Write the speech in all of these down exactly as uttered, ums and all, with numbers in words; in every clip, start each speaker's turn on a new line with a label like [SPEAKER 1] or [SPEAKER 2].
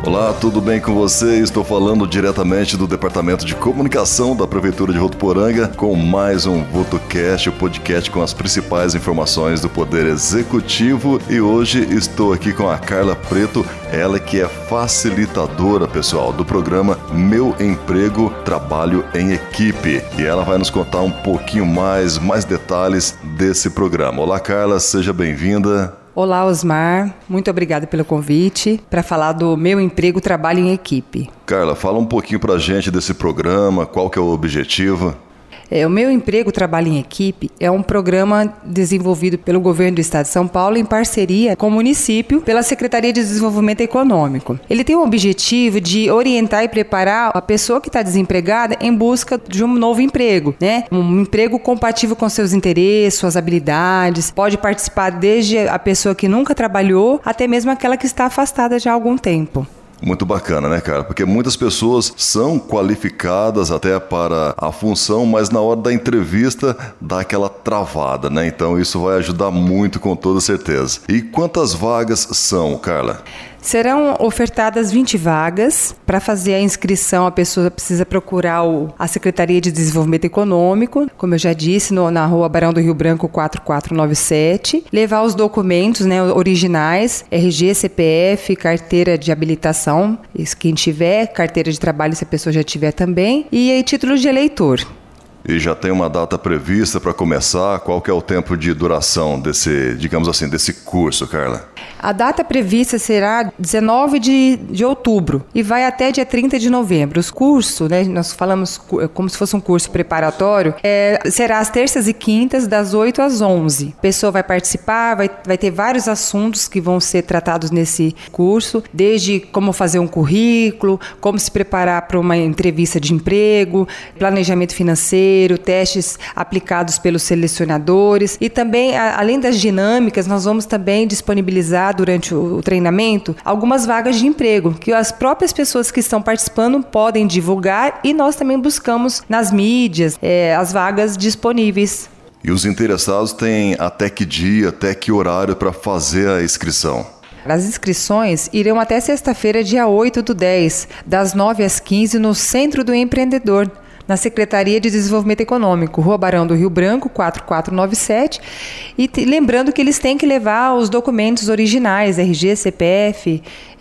[SPEAKER 1] Olá, tudo bem com você? Estou falando diretamente do Departamento de Comunicação da Prefeitura de Votuporanga com mais um VotoCast, o podcast com as principais informações do Poder Executivo. E hoje estou aqui com a Carla Preto, ela que é facilitadora, pessoal, do programa Meu Emprego, Trabalho em Equipe. E ela vai nos contar um pouquinho mais, mais detalhes desse programa. Olá, Carla, seja bem-vinda.
[SPEAKER 2] Olá, Osmar. Muito obrigada pelo convite para falar do Meu Emprego, Trabalho em Equipe.
[SPEAKER 1] Carla, fala um pouquinho para a gente desse programa, qual que é o objetivo?
[SPEAKER 2] É, o Meu Emprego, Trabalho em Equipe é um programa desenvolvido pelo Governo do Estado de São Paulo em parceria com o município pela Secretaria de Desenvolvimento Econômico. Ele tem o objetivo de orientar e preparar a pessoa que está desempregada em busca de um novo emprego, né? Um emprego compatível com seus interesses, suas habilidades. Pode participar desde a pessoa que nunca trabalhou até mesmo aquela que está afastada já há algum tempo.
[SPEAKER 1] Muito bacana, né, cara? Porque muitas pessoas são qualificadas até para a função, mas na hora da entrevista dá aquela travada, né? Então isso vai ajudar muito, com toda certeza. E quantas vagas são, Carla?
[SPEAKER 2] Serão ofertadas vinte vagas. Para fazer a inscrição, a pessoa precisa procurar o, a Secretaria de Desenvolvimento Econômico, como eu já disse, no, na rua Barão do Rio Branco quatro quatro nove sete. Levar os documentos, né, originais, R G, C P F, carteira de habilitação, isso quem tiver, carteira de trabalho se a pessoa já tiver também, e aí, título de eleitor.
[SPEAKER 1] E já tem uma data prevista para começar? Qual que é o tempo de duração desse, digamos assim, desse curso, Carla?
[SPEAKER 2] A data prevista será dezenove de, de outubro e vai até dia trinta de novembro. Os cursos, né, nós falamos como se fosse um curso preparatório, é, será às terças e quintas, das oito às onze. A pessoa vai participar, vai, vai ter vários assuntos que vão ser tratados nesse curso, desde como fazer um currículo, como se preparar para uma entrevista de emprego, planejamento financeiro, testes aplicados pelos selecionadores e também, além das dinâmicas, nós vamos também disponibilizar durante o treinamento algumas vagas de emprego que as próprias pessoas que estão participando podem divulgar e nós também buscamos nas mídias é, as vagas disponíveis.
[SPEAKER 1] E os interessados têm até que dia, até que horário para fazer a inscrição?
[SPEAKER 2] As inscrições irão até sexta-feira, dia oito do dez, das nove às quinze, no Centro do Empreendedor, na Secretaria de Desenvolvimento Econômico, Rua Barão do Rio Branco, quatro quatro nove sete. E t- lembrando que eles têm que levar os documentos originais, R G, C P F,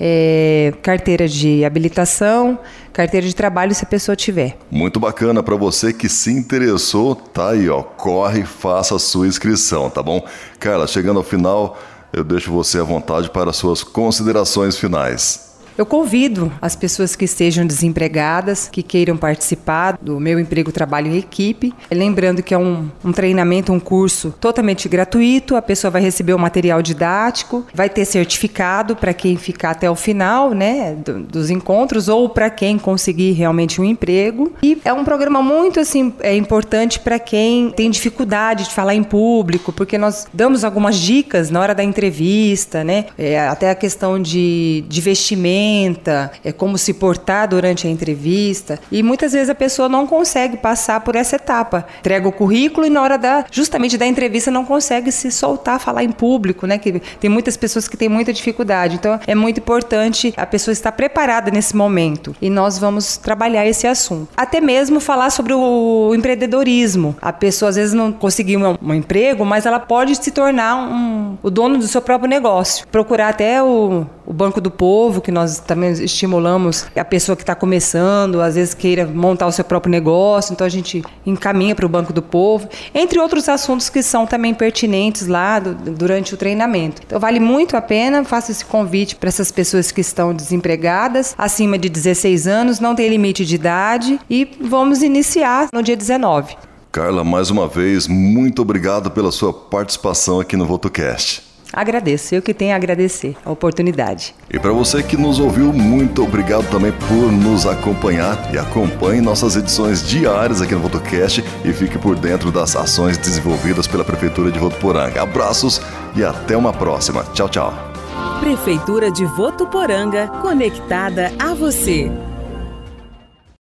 [SPEAKER 2] é, carteira de habilitação, carteira de trabalho, se a pessoa tiver.
[SPEAKER 1] Muito bacana, para você que se interessou, tá aí, ó, corre e faça a sua inscrição, tá bom? Carla, chegando ao final, eu deixo você à vontade para as suas considerações finais.
[SPEAKER 2] Eu convido as pessoas que estejam desempregadas, que queiram participar do Meu Emprego, Trabalho em Equipe. Lembrando que é um, um treinamento, um curso totalmente gratuito, a pessoa vai receber o material didático, vai ter certificado para quem ficar até o final, né, do, dos encontros, ou para quem conseguir realmente um emprego. E é um programa muito assim, é importante para quem tem dificuldade de falar em público, porque nós damos algumas dicas na hora da entrevista, né, é, até a questão de, de vestimento, é como se portar durante a entrevista, e muitas vezes a pessoa não consegue passar por essa etapa, entrega o currículo e na hora da, justamente da entrevista não consegue se soltar, falar em público, né? Que tem muitas pessoas que têm muita dificuldade, então é muito importante a pessoa estar preparada nesse momento, e nós vamos trabalhar esse assunto. Até mesmo falar sobre o empreendedorismo. A pessoa às vezes não conseguiu um, um emprego, mas ela pode se tornar um, o dono do seu próprio negócio, procurar até o, o Banco do Povo, que nós também estimulamos a pessoa que está começando, às vezes queira montar o seu próprio negócio, então a gente encaminha para o Banco do Povo, entre outros assuntos que são também pertinentes lá do, durante o treinamento. Então vale muito a pena, faça esse convite para essas pessoas que estão desempregadas, acima de dezesseis anos, não tem limite de idade, e vamos iniciar no dia dezenove.
[SPEAKER 1] Carla, mais uma vez, muito obrigado pela sua participação aqui no VotoCast.
[SPEAKER 2] Agradeço, eu que tenho a agradecer a oportunidade.
[SPEAKER 1] E para você que nos ouviu, muito obrigado também por nos acompanhar, e acompanhe nossas edições diárias aqui no VotoCast e fique por dentro das ações desenvolvidas pela Prefeitura de Votuporanga. Abraços e até uma próxima. Tchau, tchau.
[SPEAKER 3] Prefeitura de Votuporanga, conectada a você.